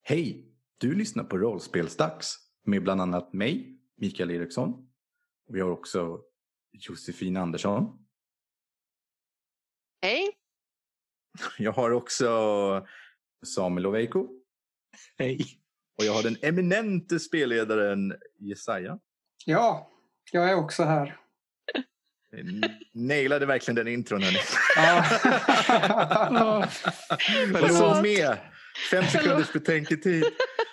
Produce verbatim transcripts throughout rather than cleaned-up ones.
Hej, du lyssnar på Rollspelsdags med bland annat mig, Mikael Eriksson. Vi har också Josefin Andersson. Hej. Jag har också Samuel Oveiko. Hej. Och jag har den eminente spelledaren Jesaja. Ja, jag är också här. Nailade verkligen den intron, hörni. Ja. Vad så med? Fem sekunders betänketid.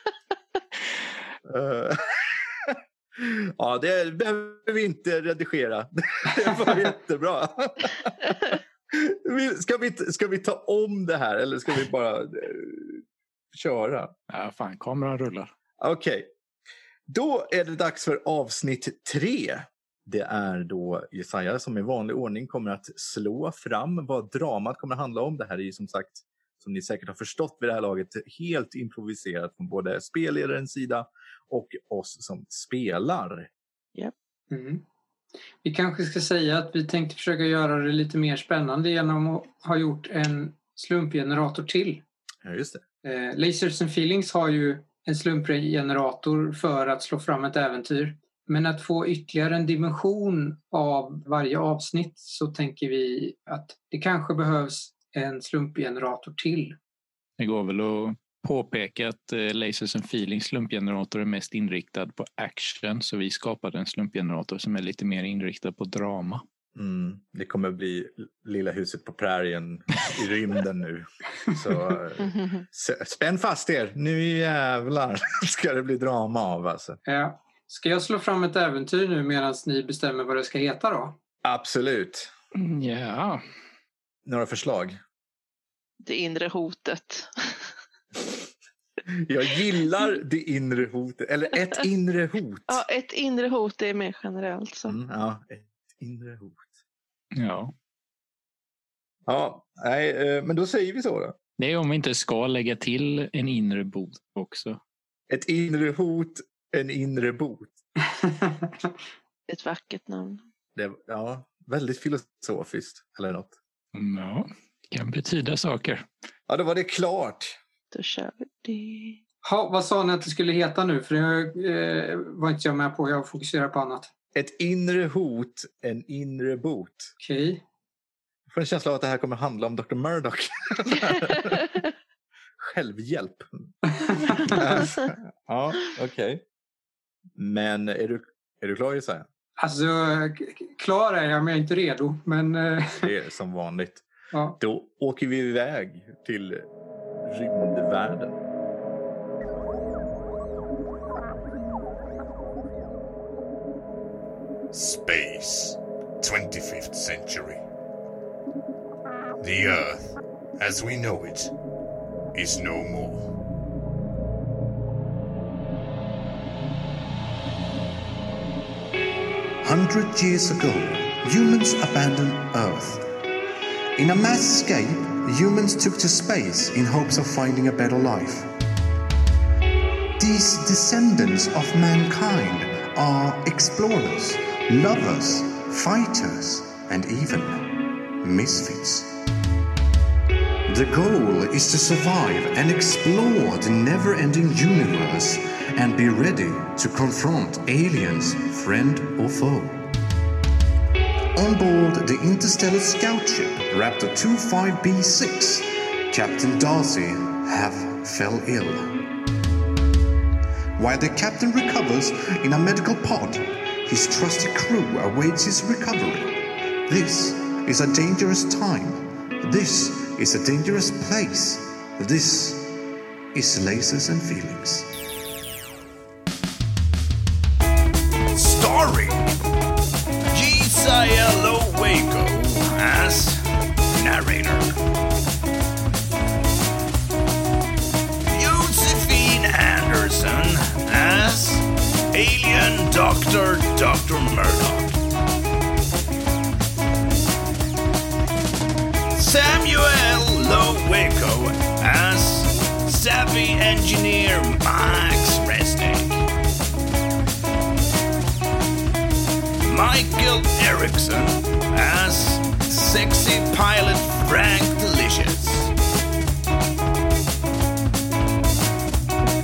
uh, ja, det behöver vi inte redigera. Det var jättebra. Ska vi, ska vi ta om det här eller ska vi bara uh, köra? Ja, fan, kameran rullar. Okej. Okay. Då är det dags för avsnitt tre. Det är då Jesaja som i vanlig ordning kommer att slå fram vad dramat kommer att handla om. Det här är ju som sagt, som ni säkert har förstått vid det här laget, helt improviserat från både spelledarens sida och oss som spelar. Yep. Mm. Vi kanske ska säga att vi tänkte försöka göra det lite mer spännande genom att ha gjort en slumpgenerator till. Ja, just det. Eh, Lasers and Feelings har ju en slumpgenerator för att slå fram ett äventyr. Men att få ytterligare en dimension av varje avsnitt så tänker vi att det kanske behövs en slumpgenerator till. Det går väl att påpeka att eh, Lasers and Feelings slumpgenerator är mest inriktad på action, så vi skapade en slumpgenerator som är lite mer inriktad på drama. Mm, det kommer bli lilla huset på prärien i rymden nu. Så eh, spänn fast er, nu jävlar ska det bli drama av alltså. Ja. Ska jag slå fram ett äventyr nu medan ni bestämmer vad det ska heta då? Absolut. Mm, ja. Några förslag? Det inre hotet. Jag gillar det inre hotet. Eller ett inre hot. Ja, ett inre hot är mer generellt. Så. Mm, ja, ett inre hot. Ja. Ja, nej, men då säger vi så då. Det är om vi inte ska lägga till en inre bot också. Ett inre hot, en inre bot. Ett vackert namn. Det, ja, väldigt filosofiskt eller något. Ja, det kan betyda saker. Ja, då var det klart. Då kör vi det. Ha, vad sa ni att det skulle heta nu? För det eh, var inte jag med på. Jag fokuserar på annat. Ett inre hot, en inre bot. Okej. Okay. Jag får en känsla av att det här kommer handla om doktor Murdoch. Självhjälp. Ja, okej. Okay. Men är du, är du klar, Jesaja? Alltså, klar är jag, men jag är inte redo. Men, det är som vanligt. Ja. Då åker vi iväg till rymdvärlden. Space, twenty-fifth century. The Earth, as we know it, is no more. Hundred years ago, humans abandoned Earth. In a mass escape, humans took to space in hopes of finding a better life. These descendants of mankind are explorers, lovers, fighters, and even misfits. The goal is to survive and explore the never-ending universe and be ready to confront aliens, friend or foe. On board the interstellar scout ship Raptor twenty-five B six, Captain Darcy have fell ill. While the captain recovers in a medical pod, his trusty crew awaits his recovery. This is a dangerous time. This is a dangerous place. This is Lasers and Feelings. Starring Jesaja Loweiko as narrator, Josefin Anderson as alien doctor Doctor Murdoch, Samuel Loweiko as savvy engineer Max Resnick, Michael Eriksson as sexy pilot Frank Delicious,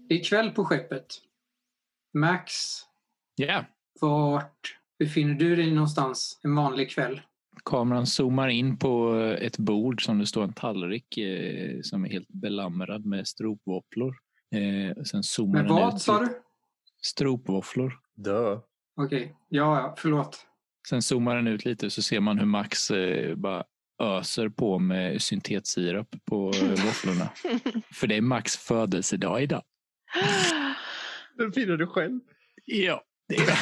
Det är kväll på skeppet. Max, Ja. Yeah. vart befinner du dig någonstans en vanlig kväll? Kameran zoomar in på ett bord som det står en tallrik eh, som är helt belamrad med stropvåfflor. Eh, sen zoomar Men den vad ut sa lite. du? Dö. Stropvåfflor. Okej, okay. ja, ja, förlåt. Sen zoomar den ut lite så ser man hur Max eh, bara öser på med syntetsirap på eh, våfflorna. För det är Max födelsedag idag. Den firar du själv. Ja, det är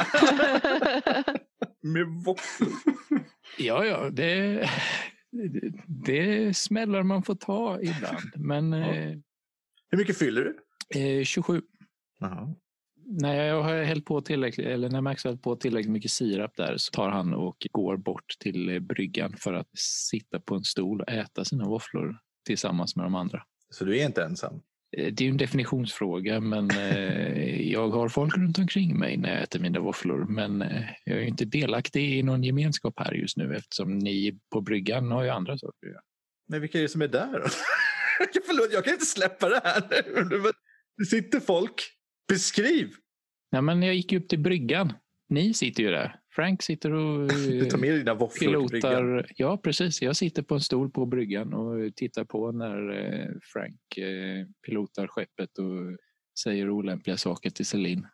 Med våfflor. Ja, ja, det, det, det smällar man får ta ibland. Men Ja. eh, Hur mycket fyller du? eh, tjugosju. Jaha. När jag har hällt på tillräckligt, eller när Max har hällt på tillräckligt mycket sirap där så tar han och går bort till eh, bryggan för att sitta på en stol och äta sina våfflor tillsammans med de andra. Så du är inte ensam? Eh, Det är ju en definitionsfråga, men eh, jag har folk runt omkring mig när jag äter mina våfflor. Men eh, jag är ju inte delaktig i någon gemenskap här just nu eftersom ni på bryggan har ju andra saker att göra. Men vilka är det som är där då? Förlåt, jag kan inte släppa det här. Det sitter folk. Beskriv. Nej, men jag gick ju upp till bryggan. Ni sitter ju där. Frank sitter och Du tar med dina våfflor till bryggan. pilotar. Ja, precis. Jag sitter på en stol på bryggan och tittar på när eh, Frank eh, pilotar skeppet och säger olämpliga saker till Celine.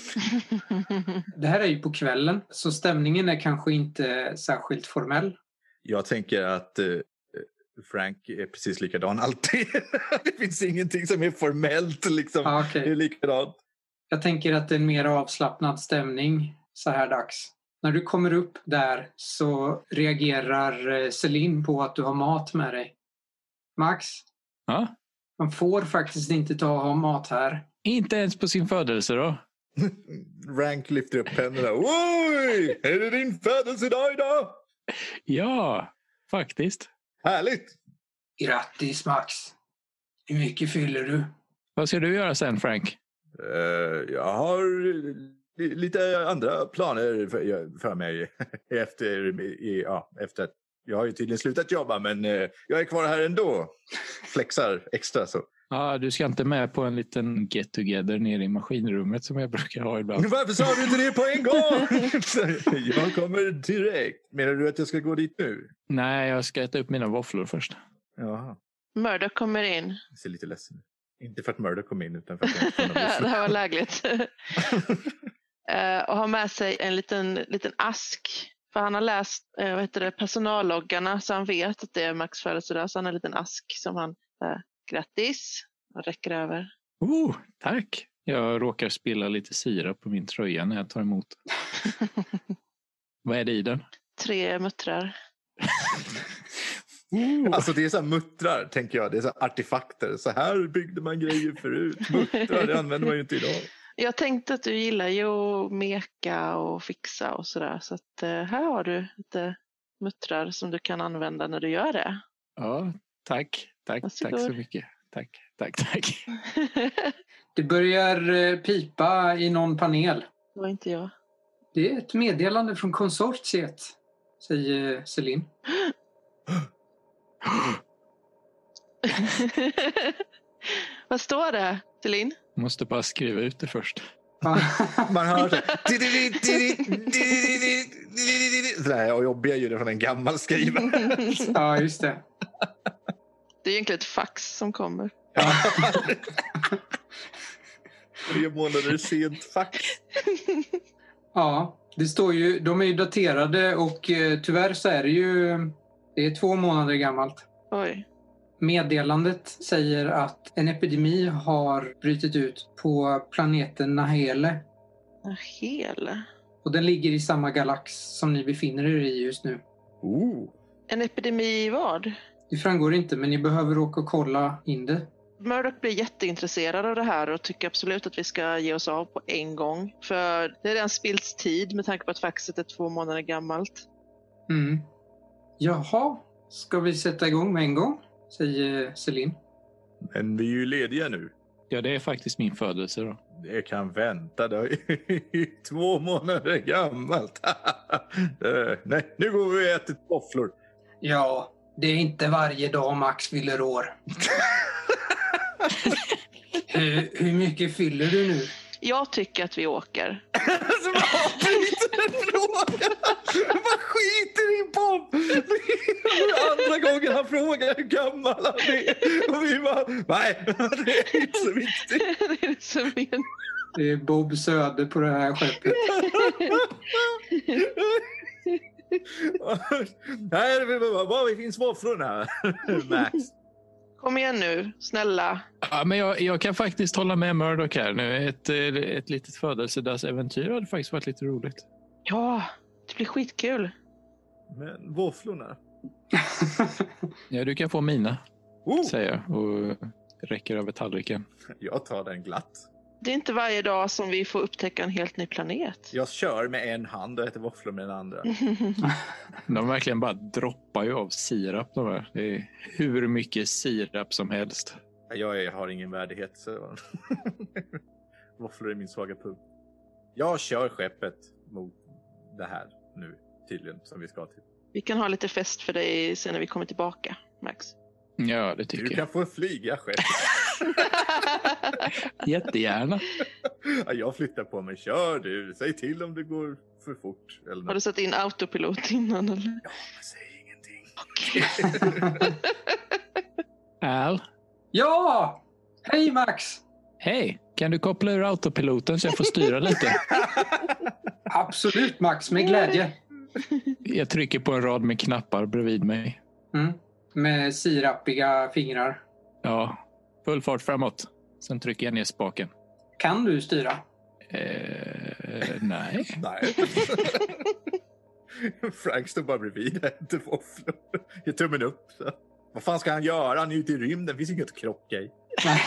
Det här är ju på kvällen, så stämningen är kanske inte särskilt formell. Jag tänker att eh, Frank är precis likadan alltid. Det finns ingenting som är formellt liksom. Ah, okay. Det är likadant. Jag tänker att det är en mer avslappnad stämning så här dags. När du kommer upp där så reagerar Celine på att du har mat med dig. Max, Ja? man får faktiskt inte ta och ha mat här. Inte ens på sin födelse då? Rank lyfter upp händerna. Oj! Är det din födelsedag idag? Ja, faktiskt. Härligt! Grattis Max. Hur mycket fyller du? Vad ska du göra sen, Frank? Uh, jag har li- lite andra planer för, för mig efter, i, ja, efter att jag har ju tydligen slutat jobba, men uh, jag är kvar här ändå. Flexar extra så. Ja, du ska inte med på en liten get together nere i maskinrummet som jag brukar ha ibland. Varför sa du inte det på en gång? Jag kommer direkt. Menar du att jag ska gå dit nu? Nej, jag ska äta upp mina våfflor först. Jaha. Murdoch kommer in. Jag ser lite ledsen. Inte för att Murdoch kom in utan för att jag inte får någon Det här var lägligt. uh, och har med sig en liten, liten ask. För han har läst uh, vad heter det, personalloggarna så han vet att det är Max födelsedag. Så han har en liten ask som han uh, grattis och räcker över. Oh, tack! Jag råkar spilla lite sirap på min tröja när jag tar emot. Vad är det i den? Tre muttrar. Alltså det är så här muttrar, tänker jag. Det är så här artefakter. Så här byggde man grejer förut. Muttrar, det använder man ju inte idag. Jag tänkte att du gillar ju att meka och fixa och sådär. Så att uh, här har du lite muttrar som du kan använda när du gör det. Ja, tack. Tack, Varsågod. tack så mycket. Tack, tack, tack. Det börjar eh, pipa i någon panel. Det var inte jag. Det är ett meddelande från konsortiet, säger Celine. Vad står det, Celine? Måste bara skriva ut det först. Man hör så här. Sådär och jobbiga ljud från en gammal skrivare. Ja, just det. Det är egentligen ett fax som kommer. Tre månader sent fax. Ja, det står ju, de är ju daterade och eh, tyvärr så är det ju, det är två månader gammalt. Oj. Meddelandet säger att en epidemi har brutit ut på planeten Nahele. Nahele. Och den ligger i samma galax som ni befinner er i just nu. Oh. En epidemi i vad? Det framgår inte, men ni behöver åka och kolla in det. Murdoch blir jätteintresserad av det här och tycker absolut att vi ska ge oss av på en gång. För det är redan spilts tid med tanke på att faxet är två månader gammalt. Mm. Jaha, ska vi sätta igång med en gång? Säger Celine. Men vi är ju lediga nu. Ja, det är faktiskt min födelse då. Det kan vänta. Det är två månader gammalt. Nej, nu går vi och äter våfflor. Ja, det är inte varje dag Max fyller år. hur, hur mycket fyller du nu? Jag tycker att vi åker. Alltså, vad avbryter en fråga? Vad skiter i Bob? Andra gången han frågar hur gammal han är. Och vi bara, nej, det är inte så viktigt. Det är det som är... Det är Bob Söder på det här skeppet. Nej, var finns våfflorna, Max? Kom igen nu, snälla. Ja, men jag, jag kan faktiskt hålla med Murdoch här nu. Ett, ett litet födelsedagsäventyr hade faktiskt varit lite roligt. Ja, det blir skitkul. Men våfflorna? Ja, du kan få mina, Oh, säger jag och räcker över tallriken. jag tar den glatt. Det är inte varje dag som vi får upptäcka en helt ny planet. Jag kör med en hand och äter våfflor med den andra. De verkligen bara droppar ju av sirap. De här. Det är hur mycket sirap som helst. Jag är, har ingen värdighet. Så... våfflor är min svaga punkt. Jag kör skeppet mot det här nu, tydligen, som vi ska till. Vi kan ha lite fest för dig sen när vi kommer tillbaka, Max. Ja, det tycker Du jag. kan få flyga skeppet. Jättegärna. Ja, jag flyttar på mig. Kör du. Säg till om det går för fort. Eller Har något. du satt in autopilot innan eller? Ja, men säg ingenting. Al, Ja! Hej Max! hej. Kan du koppla ur autopiloten så jag får styra lite? Absolut Max, med glädje. Jag trycker på en rad med knappar bredvid mig. Mm. Med sirapiga fingrar. Ja, full fart framåt. Sen trycker jag ner spaken. Kan du styra? Eh, nej. Nej. Frank står bara bredvid och äter våfflor. Ger tummen upp. Så. Vad fan ska han göra? Han är ute i rymden. Det finns inget att krocka i.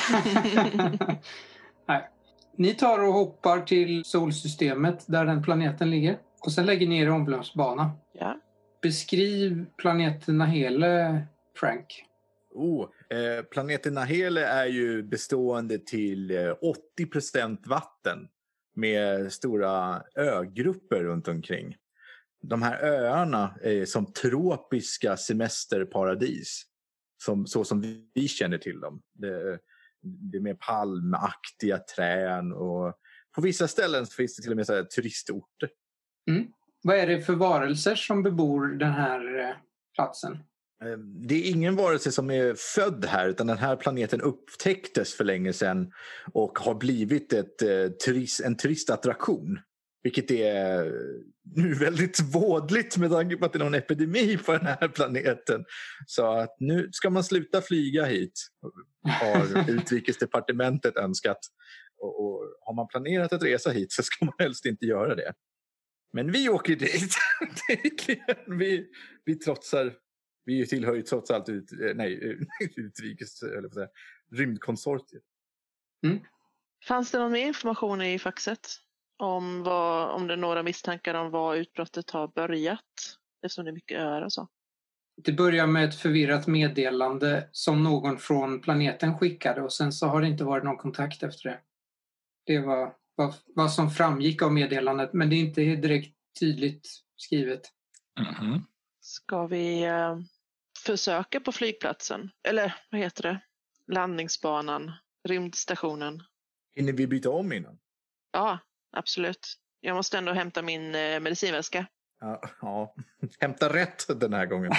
Nej. Ni tar och hoppar till solsystemet där den planeten ligger. Och sen lägger ni er i omloppsbana. Ja. Beskriv planeten Nahele, Frank. Oh, eh, planeten Nahele är ju bestående till eh, åttio procent vatten med stora ögrupper runt omkring. De här öarna är som tropiska semesterparadis, som, så som vi känner till dem. Det, det är med palmaktiga träd och på vissa ställen finns det till och med så här turistorter. Mm. Vad är det för varelser som bebor den här eh, platsen? Det är ingen varelse som är född här, utan den här planeten upptäcktes för länge sedan och har blivit ett, eh, turist, en turistattraktion. Vilket är nu väldigt vådligt med tanke på att det är någon epidemi på den här planeten. Så att nu ska man sluta flyga hit, har utrikesdepartementet önskat. Och, och har man planerat att resa hit så ska man helst inte göra det. Men vi åker dit. vi, vi trotsar. Vi tillhör ju trots allt ut, nej, utrikes, eller vad säger, rymdkonsortiet. Mm. Fanns det någon mer information i faxet? Om, vad, om det är några misstankar om var utbrottet har börjat? Eftersom det är mycket öar och så. Det börjar med ett förvirrat meddelande som någon från planeten skickade och sen så har det inte varit någon kontakt efter det. Det var vad, vad som framgick av meddelandet, men det är inte direkt tydligt skrivet. Mm-hmm. Ska vi eh, försöka på flygplatsen? Eller vad heter det? Landningsbanan, rymdstationen. Hinner vi byta om innan? Ja, absolut. Jag måste ändå hämta min eh, medicinväska. Ja, ja, hämta rätt den här gången.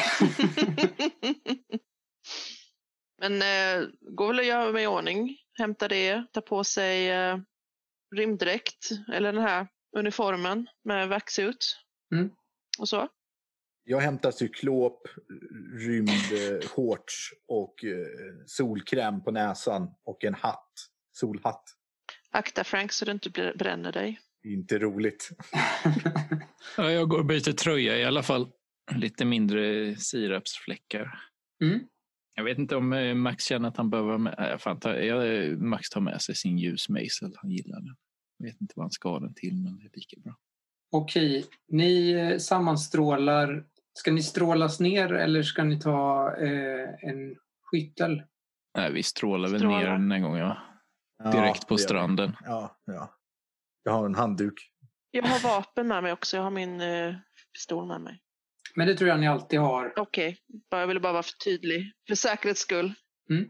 Men eh, går väl att göra mig i ordning. Hämta det, ta på sig eh, rymddräkt eller den här uniformen med vaxut. Mm. Och så. Jag hämtar cyklop, rymdshorts och eh, solkräm på näsan och en hatt, solhatt. Akta Frank så du inte blir- bränner dig. Inte roligt. Ja, jag går och byter tröja i alla fall. Lite mindre sirapsfläckar. Mm. Jag vet inte om eh, Max känner att han behöver med. Nej, fan, ta, jag, Max tar med sig sin ljusmejsel. Han gillar den. Jag vet inte vad han ska ha den till, men det är lika bra. Okej, ni eh, sammanstrålar. Ska ni strålas ner eller ska ni ta eh, en skyttel? Nej, vi strålar väl Strålar. ner den här gången, ja. Ja, Direkt på det gör vi. stranden. Ja, ja. Jag har en handduk. Jag har vapen med mig också. Jag har min eh, pistol med mig. Men det tror jag ni alltid har. Okej, okay. Jag ville bara vara för tydlig. För säkerhets skull.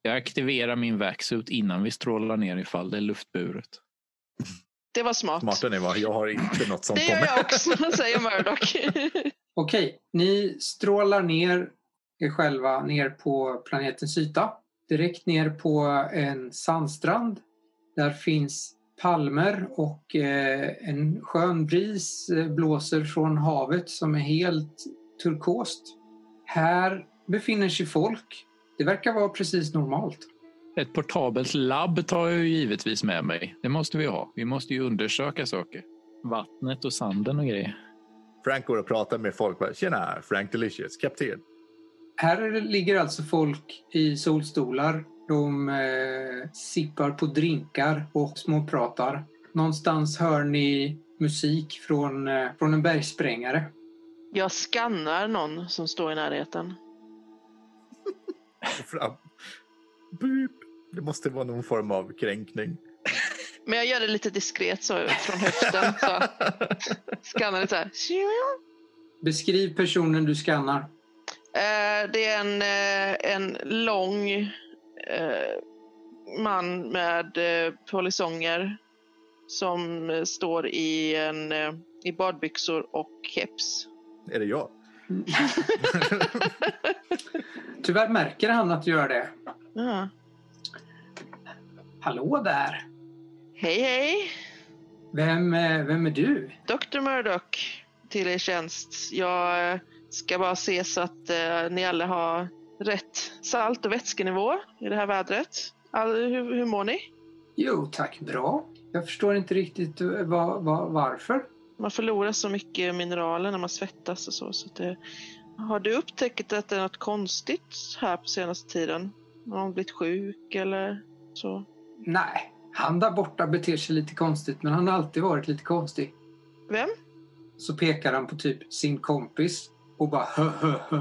Jag aktiverar min vaxsuit innan vi strålar ner ifall det är luftburet. Det var smart. Smartare ni var. Jag har inte något sånt Det på gör mig. jag också, säger Murdoch. Okej, ni strålar ner er själva ner på planetens yta. Direkt ner på en sandstrand. Där finns palmer och eh, en skön bris eh, blåser från havet som är helt turkost. Här befinner sig folk. Det verkar vara precis normalt. Ett portabelt labb tar jag ju givetvis med mig. Det måste vi ha. Vi måste ju undersöka saker. Vattnet och sanden och grejer. Frank går och pratar med folk. Bara, tjena, Frank Delicious, kapten. Här ligger alltså folk i solstolar. De eh, sippar på drinkar och småpratar. Någonstans hör ni musik från, eh, från en bergsprängare. Jag skannar någon som står i närheten. Fram. Boop. Det måste vara någon form av kränkning. Men jag gör det lite diskret så från höften. Så skannar lite så här. Beskriv personen du skannar. Eh, det är en, eh, en lång eh, man med eh, polisonger som eh, står i, en, eh, i badbyxor och keps. Är det jag? Tyvärr märker han att du gör det. Ja. Hallå där. Hej hej, Vem, eh, vem är du? doktor Murdoch till er tjänst. Jag eh, ska bara se så att eh, ni alla har rätt salt- och vätskenivå i det här vädret. All, hur, hur mår ni? Jo, tack. Bra. Jag förstår inte riktigt eh, va, va, varför. Man förlorar så mycket mineraler när man svettas och så. så att det, har du upptäckt att det är något konstigt här på senaste tiden? Har någon blivit sjuk eller så? Nej, han där borta beter sig lite konstigt, men han har alltid varit lite konstig. Vem? Så pekar han på typ sin kompis och bara hö hö hö.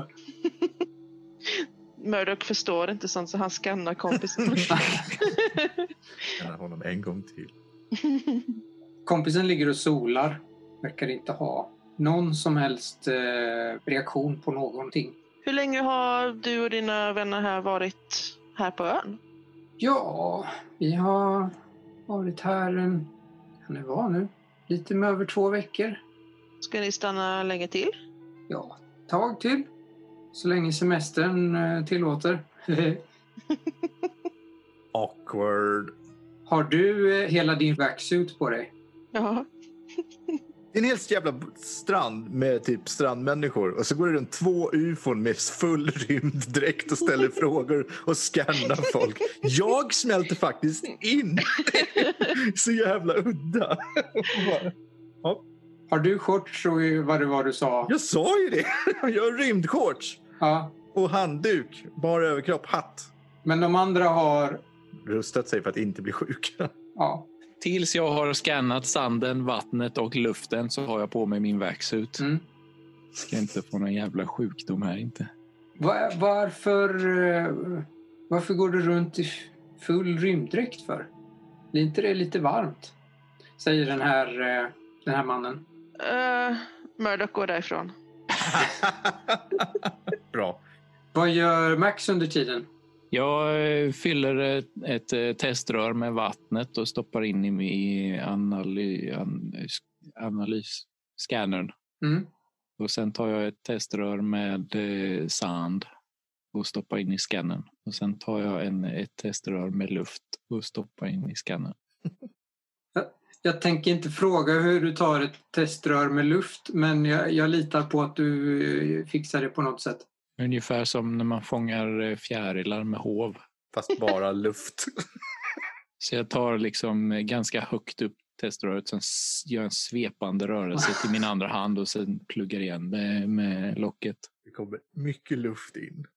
Murdoch förstår inte sånt så han skannar kompisen. Skannar honom en gång till. Kompisen ligger och solar. Verkar inte ha någon som helst eh, reaktion på någonting. Hur länge har du och dina vänner här varit här på ön? Ja, vi har varit här en, kan det vara nu, lite med över två veckor. Ska ni stanna länge till? Ja, tag till. Så länge semestern eh, tillåter. Awkward. Har du eh, hela din vaxsuit på dig? Ja. En helt jävla strand med typ strandmänniskor. Och så går det runt två ufon med full rymddräkt och ställer frågor och scannar folk. Jag smälter faktiskt in. Så jävla udda. Ja. Har du shorts och vad det var du sa? Jag sa ju det. Jag har rymdshorts. Ja, Och handduk. Bara överkropp, hatt. men de andra har... Rustat sig för att inte bli sjuka. Ja. Tills jag har skannat sanden, vattnet och luften så har jag på mig min vaxsuit. Mm. Ska inte få någon jävla sjukdom här inte. Var, varför, eh, varför går du runt i full rymddräkt för? Blir inte det lite varmt? Säger den här, eh, den här mannen. Uh, Murdoch går därifrån. Bra. Vad gör Max under tiden? Jag eh, fyller ett, ett eh, teströr med vattnet och stoppar in i, i analy, an, analysskannern. Mm. Och sen tar jag ett teströr med eh, sand och stoppar in i skannern. Och sen tar jag en, ett teströr med luft och stoppar in i skannern. Jag, jag tänker inte fråga hur du tar ett teströr med luft, men jag, jag litar på att du eh, fixar det på något sätt. Ungefär som när man fångar eh, fjärilar med hov. Fast bara luft. Så jag tar liksom ganska högt upp teströret, sen gör en svepande rörelse till min andra hand och sen pluggar igen med, med locket. Det kommer mycket luft in.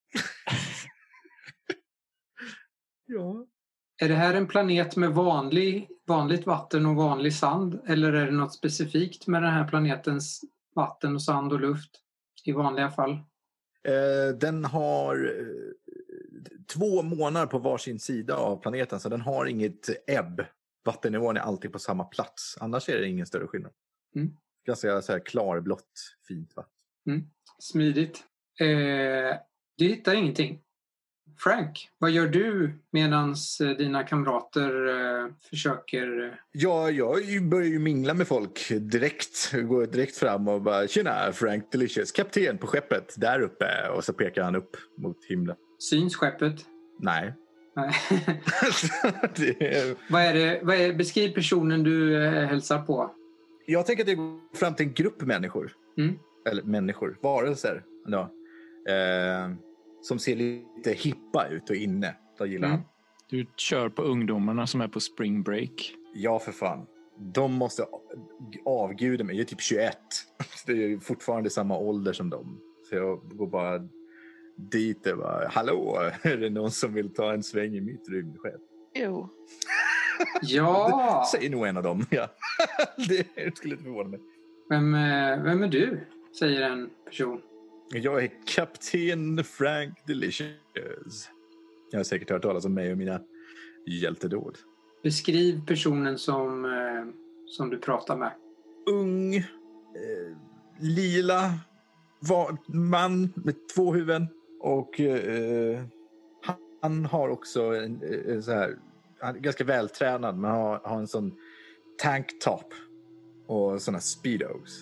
Ja. Är det här en planet med vanlig, vanligt vatten och vanlig sand? Eller är det något specifikt med den här planetens vatten och sand och luft i vanliga fall? Eh, den har eh, två månader på varsin sida av planeten, så den har inget ebb. Vattennivån är alltid på samma plats. Annars är det ingen större skillnad. Mm. Ganska så här klarblått, fint vatten. Mm. Smidigt. Eh, du hittar ingenting. Frank, vad gör du medan dina kamrater uh, försöker... Ja, jag börjar ju mingla med folk direkt. Går direkt fram och bara, tjena Frank Delicious, kapten på skeppet där uppe. Och så pekar han upp mot himlen. Syns skeppet? Nej. Nej. det är... vad är det, vad är, beskriv personen du uh, hälsar på. Jag tänker att jag går fram till en grupp människor. Mm. Eller människor, varelser. Ja. Eh, som ser lite hippa ut och inne. Då gillar Mm. han. Du kör på ungdomarna som är på spring break. Ja, för fan. De måste avguda mig. Jag är typ tjugoett. Det är ju fortfarande samma ålder som dem. Så jag går bara dit och bara, hallå, är det någon som vill ta en sväng i mitt rymdskepp? Jo. Ja! Säger nog en av dem, ja. Det skulle inte förvåna mig. Vem, eh, vem är du? Säger en person. Jag är kapten Frank Delicious. Jag har säkert hört talas om mig och mina hjältedåd. Beskriv personen som, eh, som du pratar med. Ung, eh, lila var, man med två huvuden. Och eh, han har också en, en så här, han är ganska vältränad, men har, har en sån tanktop och såna speedos.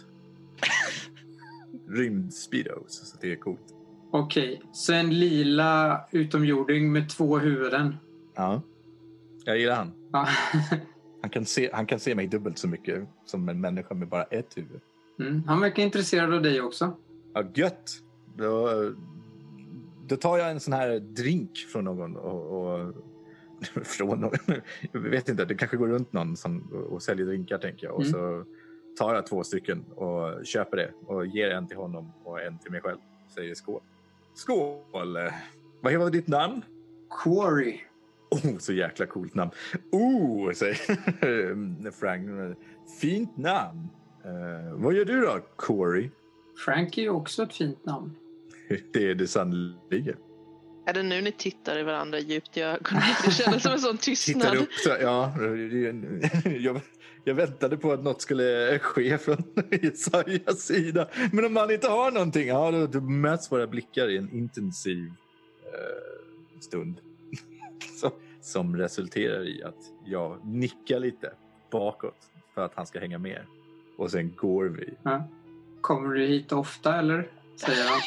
Rymdspeedos, så det är coolt. Okej, så en lila utomjording med två huvuden. Ja, jag gillar han. Ja. Han kan se, han kan se mig dubbelt så mycket som en människa med bara ett huvud. Mm, han verkar intresserad av dig också. Ja, gött. Då, då tar jag en sån här drink från någon och, och från någon. Jag vet inte, det kanske går runt någon som, och säljer drinkar, tänker jag. Och Mm. så tar jag två stycken och köper det och ger en till honom och en till mig själv. Säger skål. Skål! Vad var ditt namn? Quarry. Oh, så jäkla coolt namn. Oh, säger Frank. Fint namn. Uh, vad gör du då, Corey? Frank är ju också ett fint namn. Det är det sannoliken. Är det nu ni tittar i varandra djupt i ögonen? Det kändes som en sån tystnad. Tittar upp så, ja. Jag, jag väntade på att något skulle ske från Jesajas sida. Men om man inte har någonting, ja, då, då möts våra blickar i en intensiv uh, stund. Så, som resulterar i att jag nickar lite bakåt för att han ska hänga med. Och sen går vi. Ja. Kommer du hit ofta, eller? Säger han.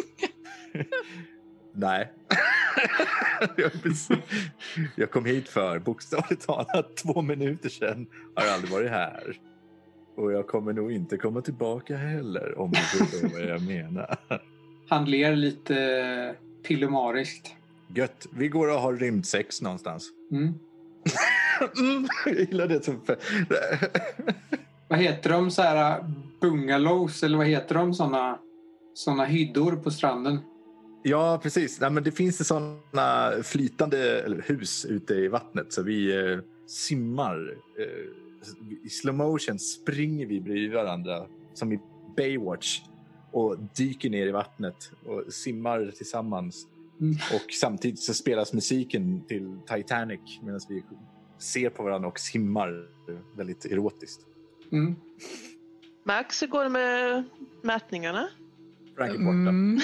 Nej. jag, jag kom hit för bokstavligt talat två minuter sedan. Har aldrig varit här. Och jag kommer nog inte komma tillbaka heller, om du förstår vad jag menar. Han ler lite pillomariskt. Gött. Vi går och har rymdsex någonstans. Mm. mm, jag gillar det som... Vad heter de, så här bungalows, eller vad heter de, såna, såna hyddor på stranden? Ja, precis. Nej, men det finns det sådana flytande eller, hus ute i vattnet, så vi eh, simmar. Eh, I slow motion springer vi bredvid varandra som i Baywatch och dyker ner i vattnet och simmar tillsammans. Mm. Och samtidigt så spelas musiken till Titanic medan vi ser på varandra och simmar väldigt erotiskt. Mm. Max, hur går det med mätningarna? Frank är borta. Mm.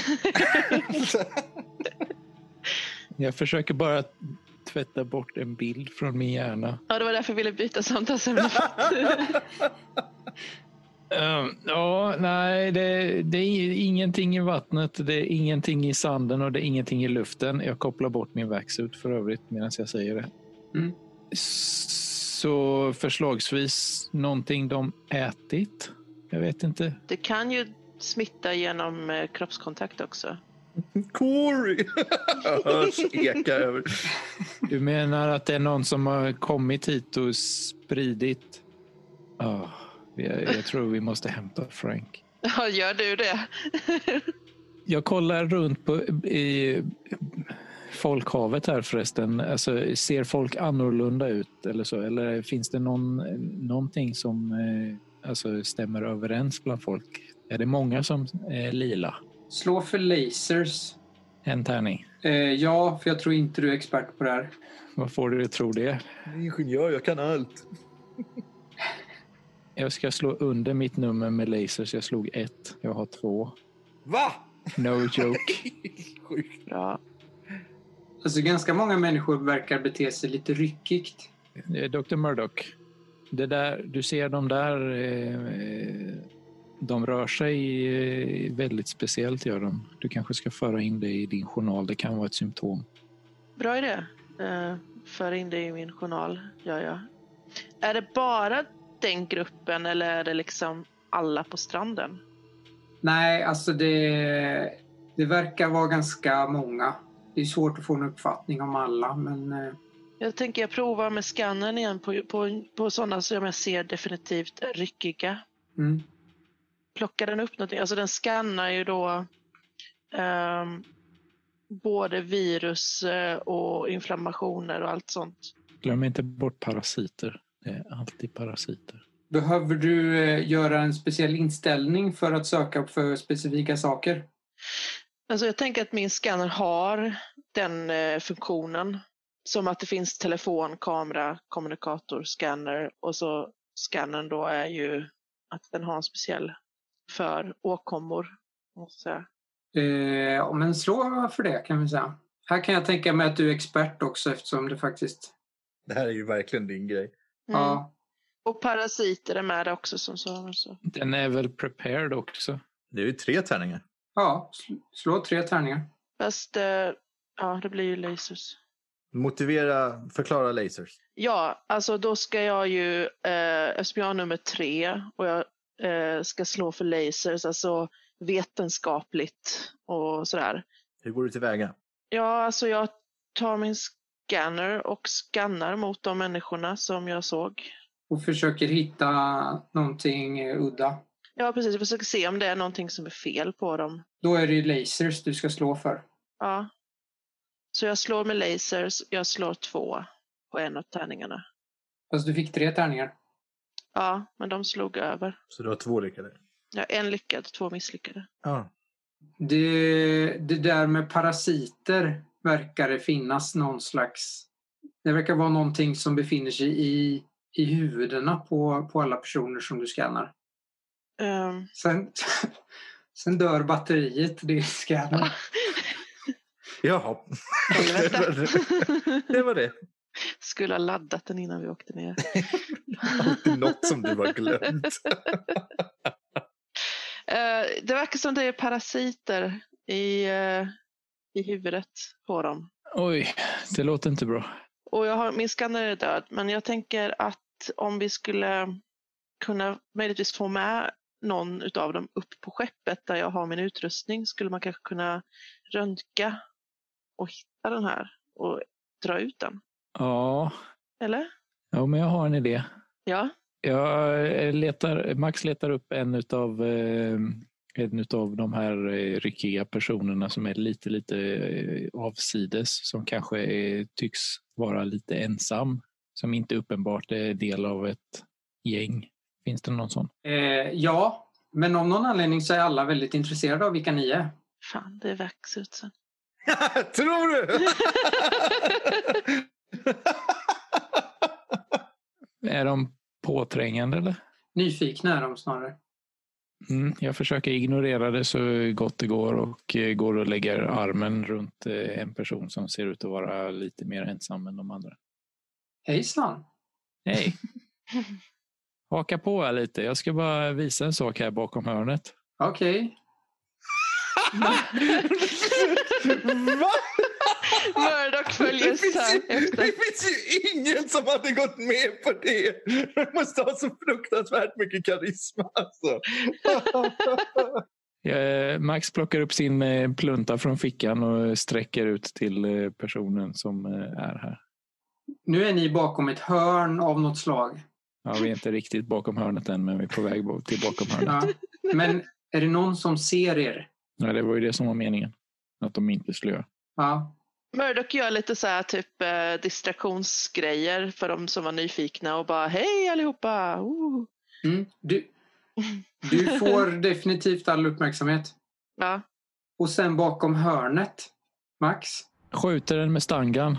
Jag försöker bara tvätta bort en bild från min hjärna. Ja, det var därför jag ville byta samtalsämne. Um, ja, nej, det, det är ingenting i vattnet, det är ingenting i sanden och det är ingenting i luften. Jag kopplar bort min vaxut för övrigt medan jag säger det. Mm. Så förslagsvis någonting de ätit. Jag vet inte. Det kan ju smitta genom eh, kroppskontakt också. Corey! Hörs eka över. Du menar att det är någon som har kommit hit och spridit? Oh, jag, jag tror vi måste hämta Frank. Ja, gör du det? Jag kollar runt på i folkhavet här förresten. Alltså, ser folk annorlunda ut eller så? Eller finns det någon, någonting som eh, alltså, stämmer överens bland folk? Är det många som är lila? Slå för lasers. En tärning. Eh, ja, för jag tror inte du är expert på det här. Vad får du att tro det? Ingenjör, jag kan allt. Jag ska slå under mitt nummer med lasers. Jag slog ett. Jag har två. Va? No joke. Sjukt. Ja. Alltså ganska många människor verkar bete sig lite ryckigt. doktor Murdoch, det där, du ser de där, eh, de rör sig eh, väldigt speciellt gör de. Du kanske ska föra in det i din journal, det kan vara ett symptom. Bra idé. Uh, för in det i min journal, gör jag. Är det bara den gruppen eller är det liksom alla på stranden? Nej, alltså det, det verkar vara ganska många. Det är svårt att få en uppfattning om alla, men... Uh... Jag tänker jag provar med skannern igen på, på, på sådana som jag ser definitivt ryckiga. Mm. Plockar den upp någonting? Alltså den skannar ju då um, både virus och inflammationer och allt sånt. Glöm inte bort parasiter. Det är alltid parasiter. Behöver du eh, göra en speciell inställning för att söka för specifika saker? Alltså jag tänker att min skanner har den eh, funktionen. Som att det finns telefon, kamera, kommunikator, scanner och så scannern då är ju att den har en speciell för åkommor. Måste jag säga. Eh, men slå för det kan vi säga. Här kan jag tänka mig att du är expert också eftersom det faktiskt... Det här är ju verkligen din grej. Mm. Ja. Och parasiter är med också som så. så. Den är väl prepared också? Det är ju tre tärningar. Ja, slå tre tärningar. Fast, eh, ja det blir ju lasers. Motivera, förklara lasers. Ja, alltså då ska jag ju, eh, eftersom jag har nummer tre och jag eh, ska slå för lasers, alltså vetenskapligt och sådär. Hur går du tillväga? Ja, alltså jag tar min scanner och skannar mot de människorna som jag såg. Och försöker hitta någonting eh, udda. Ja, precis. Jag försöker se om det är någonting som är fel på dem. Då är det ju lasers du ska slå för. Ja. Så jag slår med lasers, jag slår två på en av tärningarna. Fast du fick tre tärningar. Ja, men de slog över. Så du har två lyckade? Ja, en lyckad, två misslyckade. Ja. Det, det där med parasiter verkar det finnas någon slags... Det verkar vara någonting som befinner sig i, i huvudena på, på alla personer som du skannar. Um. Sen, sen dör batteriet, det är skannern. Jaha. det, var det. det var det. Skulle ha laddat den innan vi åkte ner. Alltid något som du har glömt. uh, det verkar som det är parasiter i, uh, i huvudet på dem. Oj, det låter inte bra. Och jag har, min skanner är död, men jag tänker att om vi skulle kunna möjligtvis få med någon utav dem upp på skeppet där jag har min utrustning, skulle man kanske kunna röntga och hitta den här och dra ut den. Ja. Eller? Ja, men jag har en idé. Ja. Jag letar, Max letar upp en utav, en utav de här ryckiga personerna som är lite, lite avsides, som kanske är, tycks vara lite ensam, som inte uppenbart är del av ett gäng. Finns det någon sån? Eh, ja, men av någon anledning så är alla väldigt intresserade av vilka ni är. Fan, det är växtutsen. Tror du? Är de påträngande eller? Nyfikna är de snarare. Mm, jag försöker ignorera det så gott det går och går och lägger armen runt en person som ser ut att vara lite mer ensam än de andra. Hejsan! Hej! Haka på här lite. Jag ska bara visa en sak här bakom hörnet. Okej. Okay. Va? Murdoch följer så här efter. Det finns ju ingen som hade gått med på det. Man måste ha så fruktansvärt mycket karisma. Alltså. Max plockar upp sin plunta från fickan och sträcker ut till personen som är här. Nu är ni bakom ett hörn av något slag. Ja, vi är inte riktigt bakom hörnet än, men vi är på väg till bakom hörnet. Ja. Men är det någon som ser er? Ja, det var ju det som var meningen. Att de inte skulle göra. Ja. Murdoch gör lite så här typ eh, distraktionsgrejer för de som var nyfikna och bara hej allihopa! Uh. Mm. Du, du får definitivt all uppmärksamhet. Ja. Och sen bakom hörnet, Max. Skjuter den med stangan.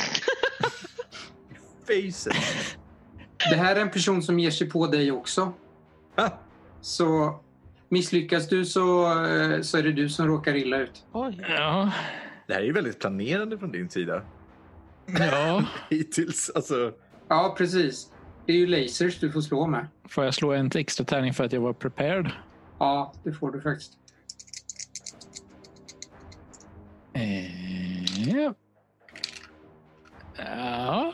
Facet. Det här är en person som ger sig på dig också. Ah. Så misslyckas du så, så är det du som råkar illa ut. Oj. Ja. Det här är ju väldigt planerande från din sida. Ja, Hittills, alltså. Ja, precis. Det är ju lasers du får slå med. får jag slå en extra tärning för att jag var prepared? Ja, det får du faktiskt. Eh, ja. Ja.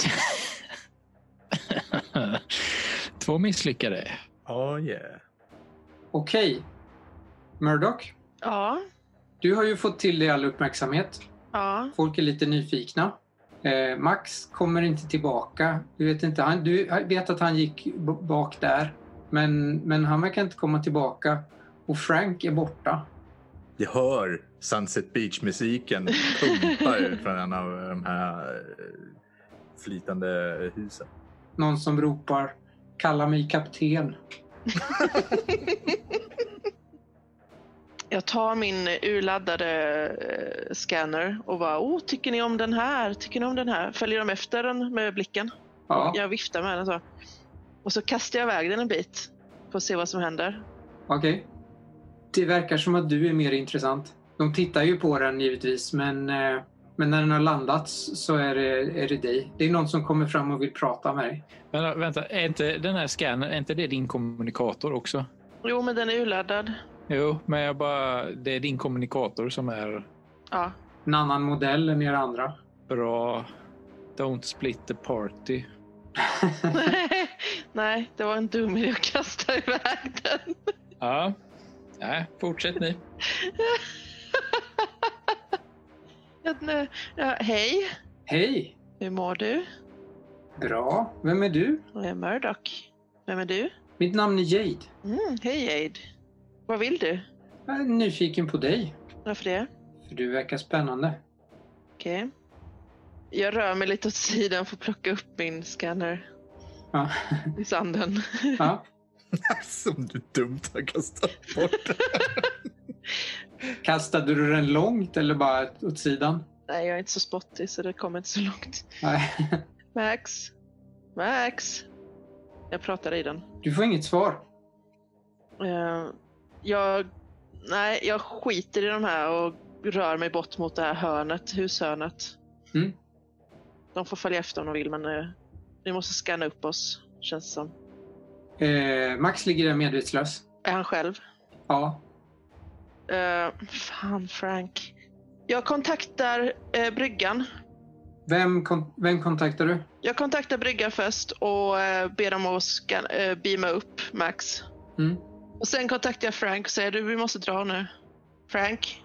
Två misslyckade. Oh yeah. Okej. Murdoch, Ja, du har ju fått till dig all uppmärksamhet. ja. Folk är lite nyfikna. Eh, Max kommer inte tillbaka. Du vet, inte, han, du vet att han gick b- bak där. Men, men han verkar inte komma tillbaka. Och Frank är borta. Jag hör Sunset Beach-musiken pumpa ut från en av de här eh, flytande husen. Någon som ropar kalla mig kapten. Jag tar min urladdade eh, scanner och bara, oh, tycker ni om den här? Tycker ni om den här? Följer de efter den med blicken? Ja, Jag viftar med den så. Och så kastar jag iväg den en bit för att se vad som händer. okej. Det verkar som att du är mer intressant. De tittar ju på den givetvis, men, eh, men när den har landats så är det, är det dig. Det är någon som kommer fram och vill prata med dig. Men vänta, är inte den här scannern, är inte det din kommunikator också? Jo, men den är urladdad. Jo, men jag bara, det är din kommunikator som är Ja. En annan modell än er andra. bra. Don't split the party. Nej, det var en dum idé att kasta iväg den. Ja, nej, fortsätt ni. Ja, nu- ja, hej, Hej! hur mår du? Bra. Vem är du? Jag är Murdoch. Vem är du? Mitt namn är Jade. Mm, hej Jade. Vad vill du? Jag är nyfiken på dig. Varför det? För du verkar spännande. Okej. Jag rör mig lite åt sidan för att plocka upp min scanner Ja. i sanden. Ja. Som du dumt har kastat bort. Kastade du den långt eller bara åt sidan? Nej, jag är inte så spottig så det kommer inte så långt. Nej. Max? Max? Jag pratar i den. Du får inget svar. Eh, jag... Nej, jag skiter i de här och rör mig bort mot det här hörnet, hushörnet. Mm. De får följa efter om de vill, men eh, vi måste scanna upp oss, känns det som. Eh, Max ligger där medvetslös. Är han själv? Ja. Eh, fan, Frank. Jag kontaktar eh, bryggan. Vem, kon- vem kontaktar du? Jag kontaktar bryggan först och eh, ber dem att scan- eh, beama upp Max. Mm. Och sen kontaktar jag Frank och säger du, vi måste dra nu. Frank,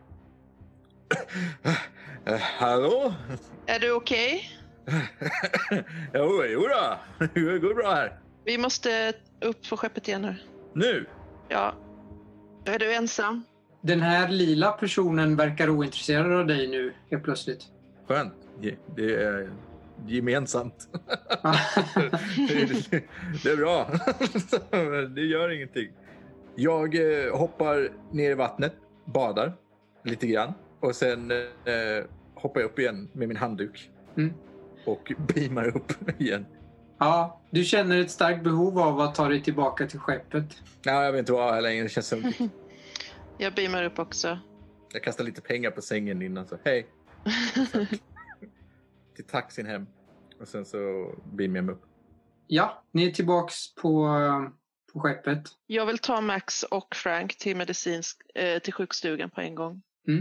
Eh, Hallå? är du okej? jo, jo då. Det går bra här. Vi måste upp på skeppet igen nu. Nu. Ja. Är du ensam? Den här lila personen verkar ointresserad av dig nu helt plötsligt. Skönt. Ge- Det är gemensamt. det, är, det är bra. Det gör ingenting. Jag eh, hoppar ner i vattnet, badar lite grann och sen eh, hoppar jag upp igen med min handduk Mm. och beamar upp igen. Ja, du känner ett starkt behov av att ta dig tillbaka till skeppet. Nej, jag vet inte vad längre. Det känns som Jag beamar upp också. jag kastar lite pengar på sängen innan så hej. Sen, till taxin hem och sen så beamar jag upp. Ja, ni är tillbaks på, på skeppet. Jag vill ta Max och Frank till medicinsk, eh, till sjukstugan på en gång. Mm.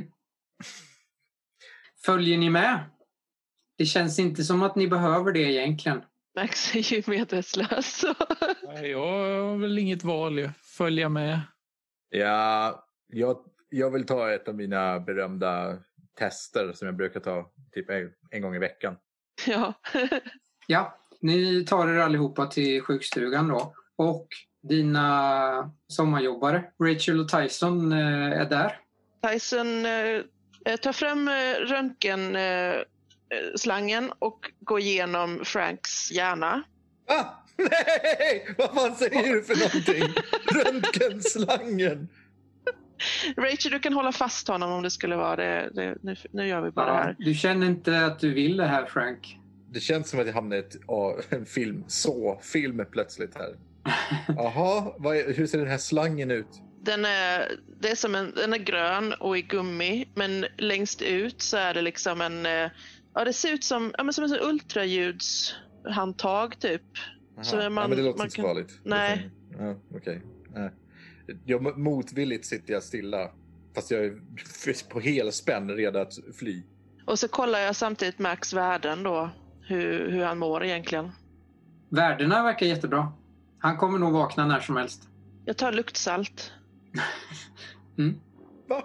Följer ni med? Det känns inte som att ni behöver det egentligen. Max är ju medvetslös. så- Nej, jag har väl inget val, jag följer med. Ja, jag, jag vill ta ett av mina berömda tester som jag brukar ta typ en, en gång i veckan. ja. Ja, ni tar er allihopa till sjukstugan då. Och dina sommarjobbare, Rachel och Tyson, eh, är där. Tyson eh, tar fram eh, röntgenslangen eh, slangen och går igenom Franks hjärna. Ah! Nej! Vad fan säger du för någonting? Röntgenslangen! Rachel, du kan hålla fast honom om det skulle vara det. det nu, nu gör vi bara det Ja, här. du känner inte att du vill det här, Frank? Det känns som att jag hamnar i ett, ja, en film. Så film plötsligt här. Jaha, vad är, hur ser den här slangen ut? Den är, det är som en, den är grön och i gummi, men längst ut så är det liksom en, ja det ser ut som, ja, men som en sån ultraljudshandtag typ. Så man, ja, men det låter man inte kan... farligt. Nej. Ja, okej. Okay. Jag motvilligt sitter jag stilla, fast jag är på helspänn redo att fly. Och så kollar jag samtidigt Max värden då, hur, hur han mår egentligen. Värdena verkar jättebra. Han kommer nog vakna när som helst. Jag tar luktsalt. Mm. Va?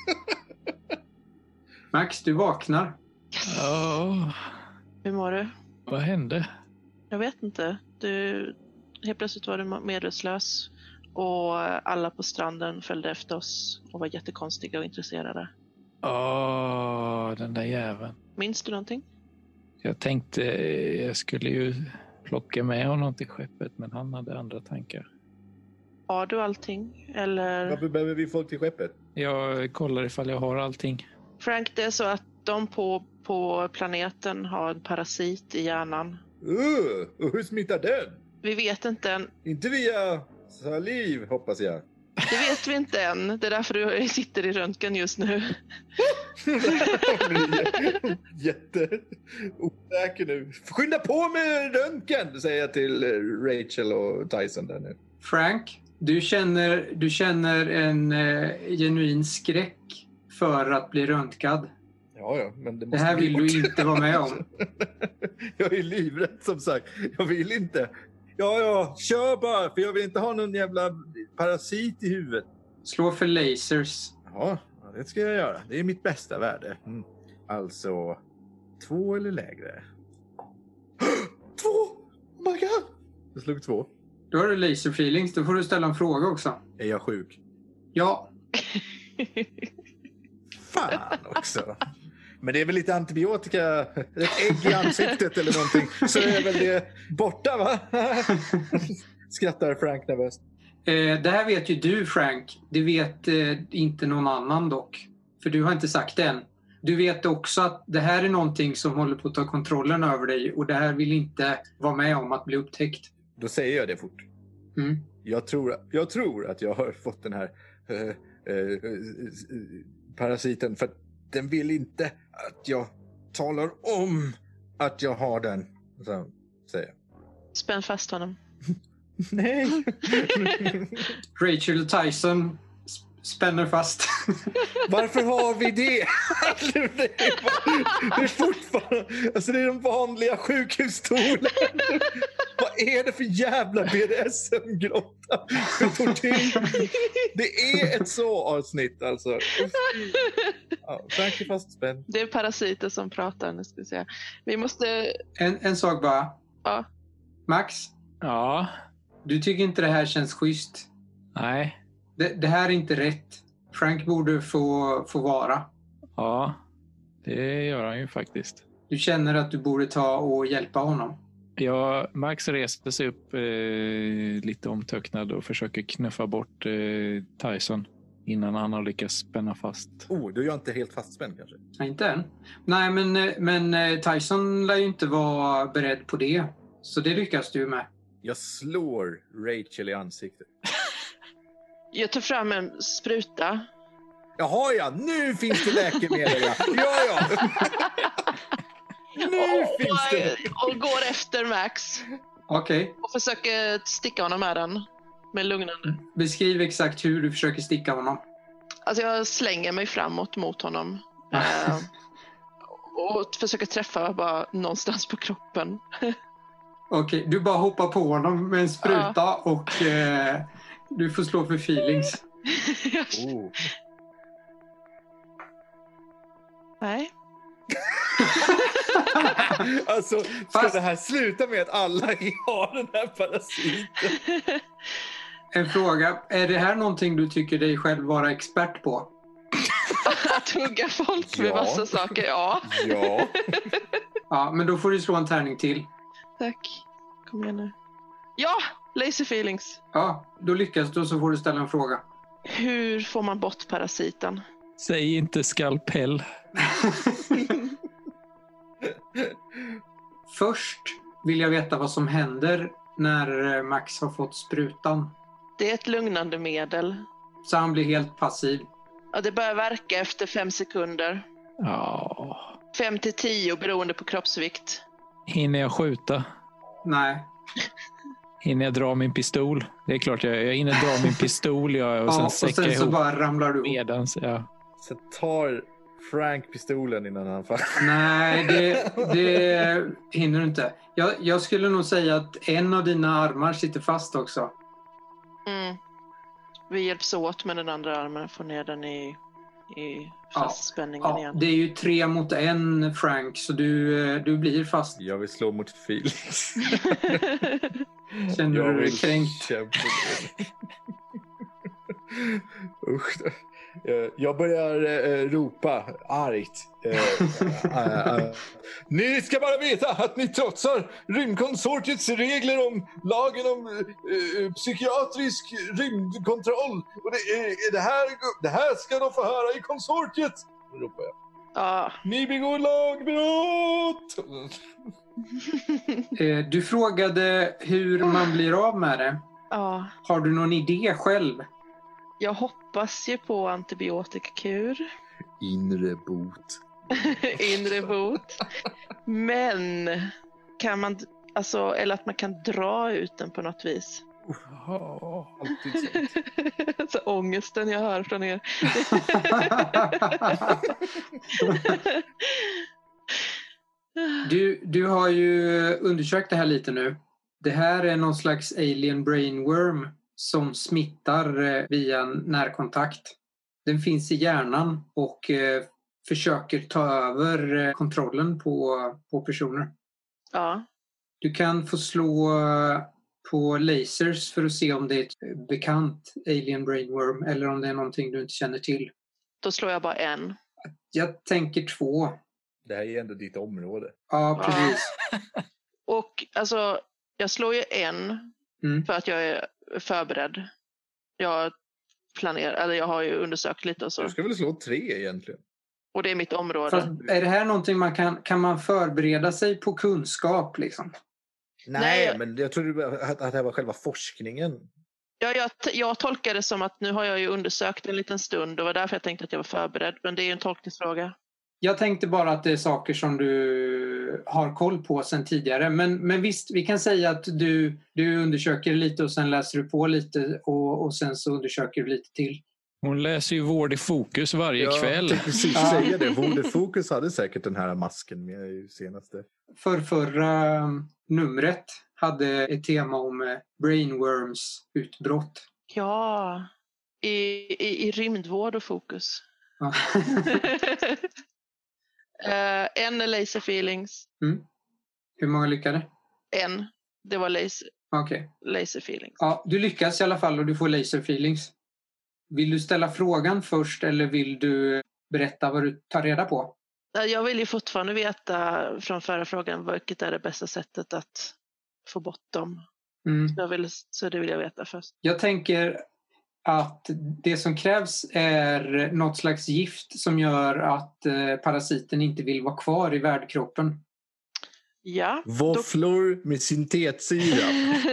Max, du vaknar. Ja, Hur mår du? vad hände? Jag vet inte. Du, helt plötsligt var du medvetslös. Och alla på stranden följde efter oss och var jättekonstiga och intresserade. Åh, den där jäveln. Minns du någonting? Jag tänkte jag skulle ju plocka med honom till skeppet, men han hade andra tankar. Har du allting? Eller... Varför behöver vi folk till skeppet? Jag kollar ifall jag har allting. Frank, det är så att de på, på planeten har en parasit i hjärnan. Uh, och hur smittar den? Vi vet inte än. Inte via saliv, hoppas jag. Det vet vi inte än. Det är därför du sitter i röntgen just nu. Jätteosäker nu. Skynda på med röntgen, säger jag till Rachel och Tyson där nu. Frank, du känner, du känner en eh, genuin skräck för att bli röntgad. Ja, ja, men det Det måste här bli vill bort. du inte vara med om. Jag är livrädd som sagt. Jag vill inte. Ja, ja, kör bara. För jag vill inte ha någon jävla parasit i huvudet. Slå för lasers. Ja, det ska jag göra. Det är mitt bästa värde. Mm. Alltså, två eller lägre. Två! Oh my god! Jag slog två. Då har du laser feelings. Då får du ställa en fråga också. Är jag sjuk? Ja. Fan också. Men det är väl lite antibiotika, ett ägg i ansiktet eller någonting, så är väl det borta, va? Skrattar Frank nervöst. Eh, det här vet ju du, Frank. Det vet eh, inte någon annan dock. För du har inte sagt det än. Du vet också att det här är någonting som håller på att ta kontrollen över dig. Och det här vill inte vara med om att bli upptäckt. Då säger jag det fort. Mm. Jag tror, jag tror att jag har fått den här uh, uh, parasiten för att den vill inte att jag talar om att jag har den. Så säger jag. Spänn fast honom. Nej. Rachel Tyson spänner fast. Varför har vi det? Det är, bara, det är fortfarande... Alltså det är den vanliga sjukhusstolen. Vad är det för jävla B D S M-grotta? Det är ett så avsnitt alltså. Ja, Frank är fastspänd. Det är parasiter som pratar nu, ska vi säga. Vi måste... En, en sak bara. Ja. Max, Ja, du tycker inte det här känns schysst. nej, Det, det här är inte rätt. Frank borde få, få vara. ja, det gör han ju faktiskt. Du känner att du borde ta och hjälpa honom. Ja, Max reser sig upp eh, lite omtöcknad och försöker knuffa bort eh, Tyson innan han har lyckats spänna fast. Oh, du är jag inte helt fastspänd kanske. Nej, inte än. Nej, men, men Tyson lär ju inte vara beredd på det. Så det lyckas du med. Jag slår Rachel i ansiktet. Jag tar fram en spruta. Jaha, ja. Nu finns det läkemedel. Ja, ja. ja. Nu och, finns det. och går efter Max. Okej. Okay. Och försöker sticka honom med den. Med lugnande. Beskriv exakt hur du försöker sticka honom. Alltså jag slänger mig framåt mot honom. eh, och försöker träffa bara någonstans på kroppen. Okej, okay. Du bara hoppar på honom med en spruta ja. och eh, du får slå för feelings. Oh. Nej. Alltså, ska Fast... det här sluta med att alla har den här parasiten? En fråga, är det här någonting du tycker dig själv vara expert på? Att hugga folk med ja. massa saker, ja. Ja. Ja, men då får du slå en tärning till. Tack. Kom igen nu. Ja, laser feelings. Ja, då lyckas du, så får du ställa en fråga. Hur får man bort parasiten? Säg inte skalpell. Först vill jag veta vad som händer när Max har fått sprutan. Det är ett lugnande medel. Så han blir helt passiv. Ja, det börjar verka efter fem sekunder. Ja. Fem till tio beroende på kroppsvikt. Hinner jag skjuta? Nej. Hinner jag dra min pistol? Det är klart jag, jag hinner dra min pistol jag, och Ja, sen och säcka sen så ihop bara ramlar du ihop. medans. Ja. Så tar Frank pistolen innan han faller. Nej, det, det hinner du inte. Jag, jag skulle nog säga att en av dina armar sitter fast också. Mm. Vi hjälps åt med den andra armen. Få ner den i, i fastspänningen Ja, igen. det är ju tre mot en, Frank, så du, du blir fast. Jag vill slå mot Felix. Känner Jag du dig vill kränkt? kämpa med det. Usch. Eh, Jag börjar eh, ropa argt. Eh, eh, eh. Ni ska bara veta att ni trotsar rymdkonsortiets regler om lagen om eh, psykiatrisk rymdkontroll. Och det, är, det, här, det här ska de få höra i konsortiet. Ropar jag. Ja. Ni begår lagbrott! Eh, Du frågade hur man blir av med det. Ja. Har du någon idé själv? Jag hoppas ju på antibiotikakur. Inre bot. Inre bot. Men kan man, alltså, eller att man kan dra ut den på något vis. Ja. Alltid sånt. Så ångesten jag hör från er. Du, du har ju undersökt det här lite nu. Det här är någon slags alien brainworm som smittar eh, via närkontakt. Den finns i hjärnan och eh, försöker ta över eh, kontrollen på, på personer. Ja. Du kan få slå eh, på lasers för att se om det är ett bekant alien brainworm eller om det är någonting du inte känner till. Då slår jag bara en. Jag tänker två. Det här är ändå ditt område. Ja, precis. Och alltså, jag slår ju en Mm. för att jag är förberedd. Jag planerar, eller jag har ju undersökt lite och så. Du ska väl slå tre egentligen? Och det är mitt område. Fast är det här någonting man kan, kan man förbereda sig på kunskap liksom? Nej, Nej. men jag trodde att, att det här var själva forskningen. Ja, jag, jag tolkar det som att nu har jag ju undersökt en liten stund och var därför jag tänkte att jag var förberedd. Men det är ju en tolkningsfråga. Jag tänkte bara att det är saker som du har koll på sedan tidigare. Men, men visst, vi kan säga att du, du undersöker lite och sen läser du på lite och, och sen så undersöker du lite till. Hon läser ju Vård i fokus varje Jag kväll. tänkte precis säga det. Vård Fokus hade säkert den här masken med i senaste. För förra numret hade ett tema om eh, brainworms utbrott. Ja, i, i, i rymdvård och fokus. Ja. uh, en är laser feelings. Mm. Hur många lyckade? En, det var laser, Okej. laser feelings. Ja, du lyckas i alla fall och du får laser feelings. Vill du ställa frågan först eller vill du berätta vad du tar reda på? Jag vill ju fortfarande veta från förra frågan vilket är det bästa sättet att få bort dem. Mm. Jag vill, så det vill jag veta först. Jag tänker att det som krävs är något slags gift som gör att eh, parasiten inte vill vara kvar i värdkroppen. Ja. Våfflor med syntetsyra.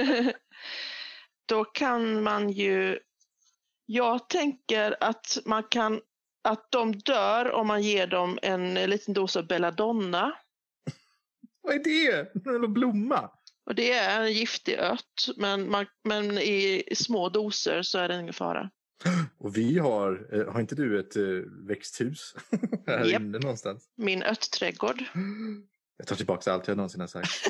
Då kan man ju... Jag tänker att man kan... Att de dör om man ger dem en liten dos av belladonna. Vad är det? En blomma? Och det är en giftig ört, men, man, men i små doser så är det ingen fara. Och vi har, eh, har inte du ett eh, växthus här Japp. inne någonstans? Min örtträdgård. Jag tar tillbaka allt jag någonsin har sagt.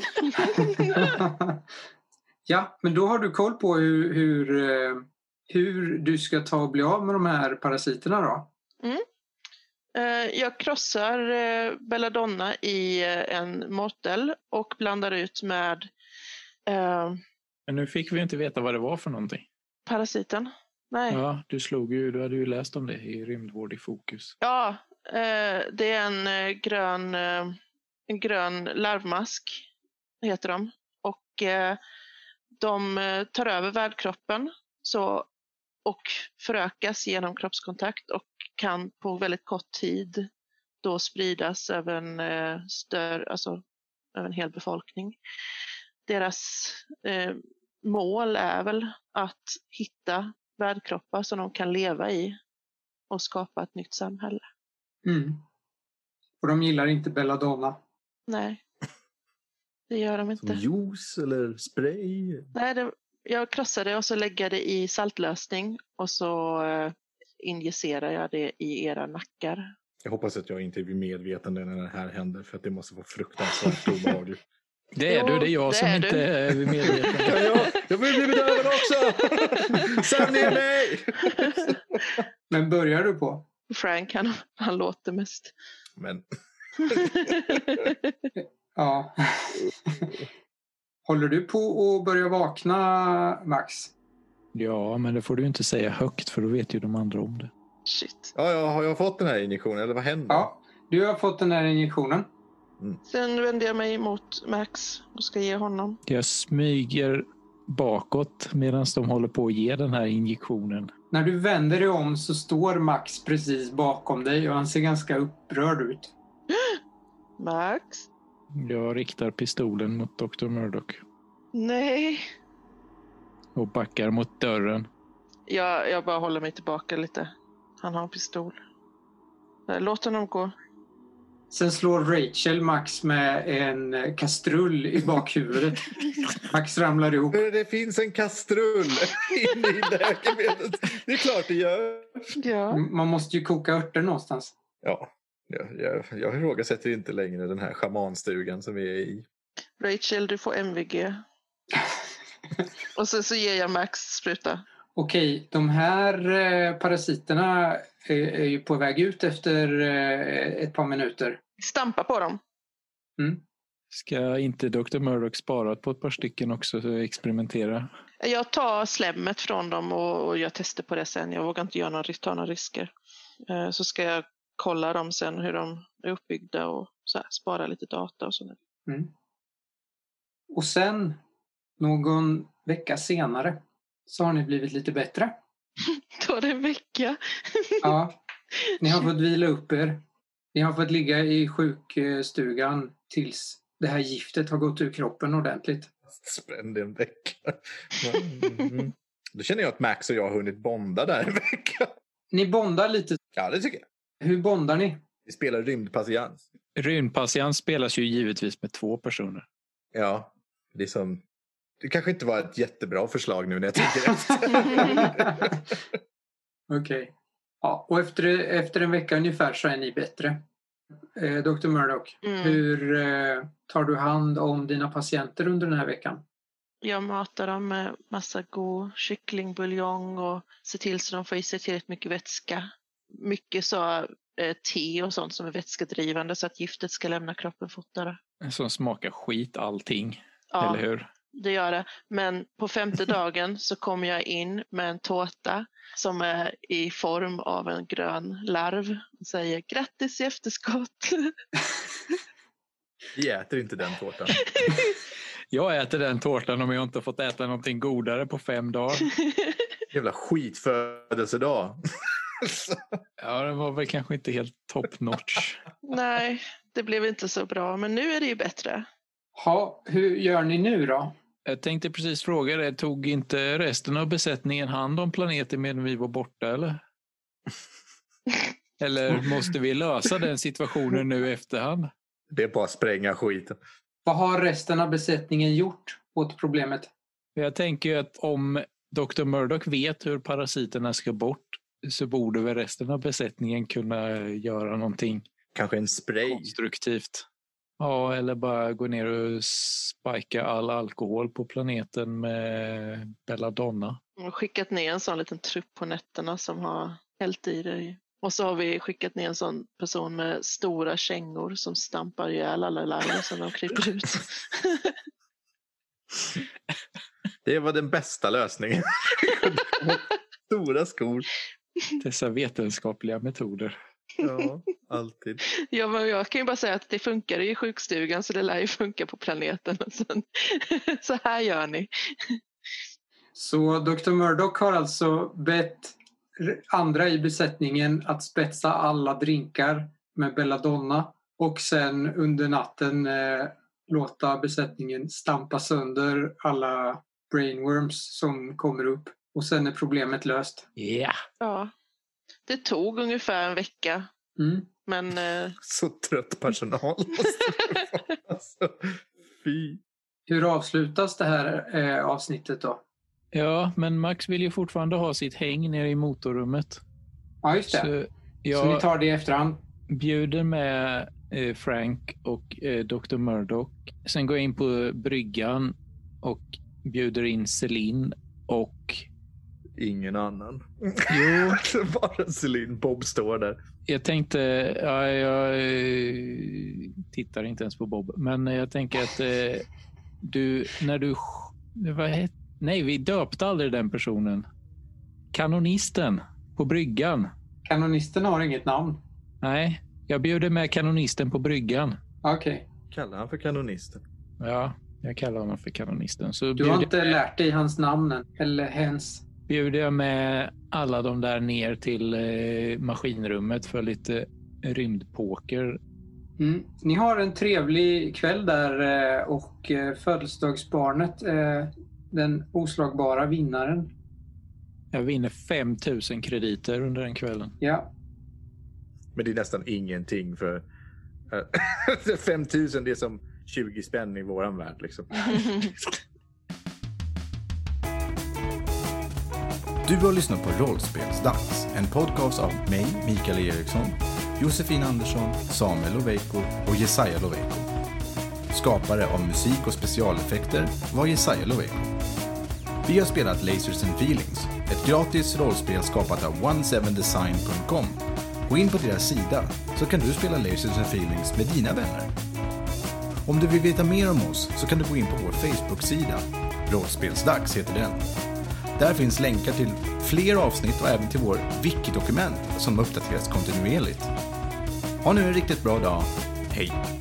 Ja, men då har du koll på hur, hur, eh, hur du ska ta och bli av med de här parasiterna då? Mm. Eh, Jag krossar eh, belladonna i eh, en mortel och blandar ut med eh, Men nu fick vi inte veta vad det var för någonting. parasiten. Nej. Ja, Ja, du slog ju, du hade ju läst om det i Rymdvård i fokus. eh, det är en eh, grön, eh, en grön larvmask, heter de. Och eh, de eh, tar över värdkroppen så, och förökas genom kroppskontakt och kan på väldigt kort tid då spridas över en, eh, större, alltså, över en hel befolkning. Deras eh, mål är väl att hitta värdkroppar som de kan leva i och skapa ett nytt samhälle. Mm. Och de gillar inte belladonna. Nej, det gör de Som inte. juice eller spray? Nej, det, jag krossar det och så lägger det i saltlösning och så eh, injicerar jag det i era nackar. Jag hoppas att jag inte är vid medvetande när det här händer, för att det måste vara fruktansvärt obehagligt. Det är Jo, du, det är jag det som är inte du. är vid medvetande. Ja, jag, jag vill bli bedövad också! Säg ner mig! Men börjar du på? Frank, han, han låter mest. Men Ja. Håller du på att börja vakna, Max? Ja, men det får du inte säga högt för då vet ju de andra om det. Shit. ja, ja, har jag fått den här injektionen, eller vad händer? Ja, du har fått den här injektionen. Sen vänder jag mig mot Max och ska ge honom. Jag smyger bakåt medan de håller på att ge den här injektionen. När du vänder dig om så står Max precis bakom dig och han ser ganska upprörd ut. Max? Jag riktar pistolen mot doktor Murdoch Nej. och backar mot dörren. Jag, jag bara håller mig tillbaka lite. Han har en pistol. Låt honom gå. Sen slår Rachel Max med en kastrull i bakhuvudet. Max ramlar ihop. Det finns en kastrull inne i läkemedlet. Det är klart det gör. Ja. Man måste ju koka örter någonstans. Ja, jag, jag, jag ifrågasätter inte längre den här schamanstugan som vi är i. Rachel, du får M V G. Och så, så ger jag Max spruta. Okej, de här eh, parasiterna är, är ju på väg ut efter eh, ett par minuter. Stampa på dem. Mm. Ska inte doktor Murdoch spara på ett par stycken också för att experimentera? Jag tar slemmet från dem och, och gör tester på det sen. Jag vågar inte göra några, ta några risker. Eh, så ska jag kolla dem sen hur de är uppbyggda och så här, spara lite data och sådär. Mm. Och sen, någon vecka senare, så har ni blivit lite bättre. Tar det en vecka? Ja, ni har fått vila upp er. Ni har fått ligga i sjukstugan tills det här giftet har gått ur kroppen ordentligt. Spänd en vecka. Mm. Då känner jag att Max och jag har hunnit bonda där en vecka. Ni bondar lite. Ja, det tycker jag. Hur bondar ni? Vi spelar rymdpatiens. Rymdpatiens spelas ju givetvis med två personer. Ja, det är som... Det kanske inte var ett jättebra förslag nu när jag tänker efter. Okej. Okay. Ja, och efter, efter en vecka ungefär så är ni bättre. Eh, doktor Murdoch, Mm. hur eh, tar du hand om dina patienter under den här veckan? Jag matar dem med massa god kycklingbuljong och ser till så de får i sig tillräckligt mycket vätska. Mycket så eh, te och sånt som är vätskedrivande så att giftet ska lämna kroppen fortare. Som smakar skit allting, Ja, eller hur? det gör det. Men på femte dagen så kommer jag in med en tårta som är i form av en grön larv och säger grattis i efterskott. Vi äter inte den tårtan. Jag äter den tårtan om jag inte fått äta någonting godare på fem dagar. Jävla skitfödelsedag. Ja, det var väl kanske inte helt top notch. Nej, det blev inte så bra. Men nu är det ju bättre. Ha, hur gör ni nu då? Jag tänkte precis fråga det. Tog inte resten av besättningen hand om planeten medan vi var borta, eller? Eller måste vi lösa den situationen nu i efterhand? Det är bara att spränga skiten. Vad har resten av besättningen gjort åt problemet? Jag tänker ju att om doktor Murdoch vet hur parasiterna ska bort så borde väl resten av besättningen kunna göra någonting Kanske en spray. konstruktivt. Ja, eller bara gå ner och spika all alkohol på planeten med belladonna. Vi har skickat ner en sån liten trupp på nätterna som har hällt i det. Och så har vi skickat ner en sån person med stora kängor som stampar ihjäl alla larver som de kryper ut. Det var den bästa lösningen. Stora skor. Dessa vetenskapliga metoder. Ja, alltid. Ja, men jag kan ju bara säga att det funkar i sjukstugan så det lär ju funka på planeten. Och sen, så här gör ni. Så doktor Murdoch har alltså bett andra i besättningen att spetsa alla drinkar med belladonna och sen under natten eh, låta besättningen stampa sönder alla brainworms som kommer upp och sen är problemet löst. Ja. Yeah. Ja. Det tog ungefär en vecka. Mm. Men... Eh... Så trött personal. Alltså, fy. Hur avslutas det här eh, avsnittet då? Ja, men Max vill ju fortfarande ha sitt häng nere i motorrummet. Ja, just det. Så, jag Så ni tar det i efterhand? Bjuder med eh, Frank och eh, doktor Murdoch. Sen går jag in på bryggan och bjuder in Celine och... Ingen annan. Jo. Bara Celine. Bob står där. Jag tänkte... Ja, jag eh, tittar inte ens på Bob. Men jag tänker att eh, du... När du... Vad heter... Nej, vi döpte aldrig den personen. Kanonisten på bryggan. Kanonisten har inget namn. Nej, jag bjuder med kanonisten på bryggan. Okej. Okay. Kallar han för kanonisten? Ja, jag kallar honom för kanonisten. Så du har inte lärt dig hans namn än, eller hens? Bjuder jag med alla de där ner till eh, maskinrummet för lite rymdpoker. Mm. Ni har en trevlig kväll där eh, och eh, födelsedagsbarnet, eh, den oslagbara vinnaren. Jag vinner fem tusen krediter under den kvällen. Ja. Men det är nästan ingenting för äh, fem tusen, det är som tjugo spänn i våran värld liksom. Du har lyssnat på Rollspelsdags, en podcast av mig, Mikael Eriksson, Josefin Andersson, Samuel Loveiko och Jesaja Loveiko. Skapare av musik och specialeffekter var Jesaja Loveiko. Vi har spelat Lasers and Feelings, ett gratis rollspel skapat av one seven design dot com. Gå in på deras sida så kan du spela Lasers and Feelings med dina vänner. Om du vill veta mer om oss så kan du gå in på vår Facebook-sida. Rollspelsdags heter den. Där finns länkar till fler avsnitt och även till vår wiki-dokument som uppdateras kontinuerligt. Ha nu en riktigt bra dag. Hej!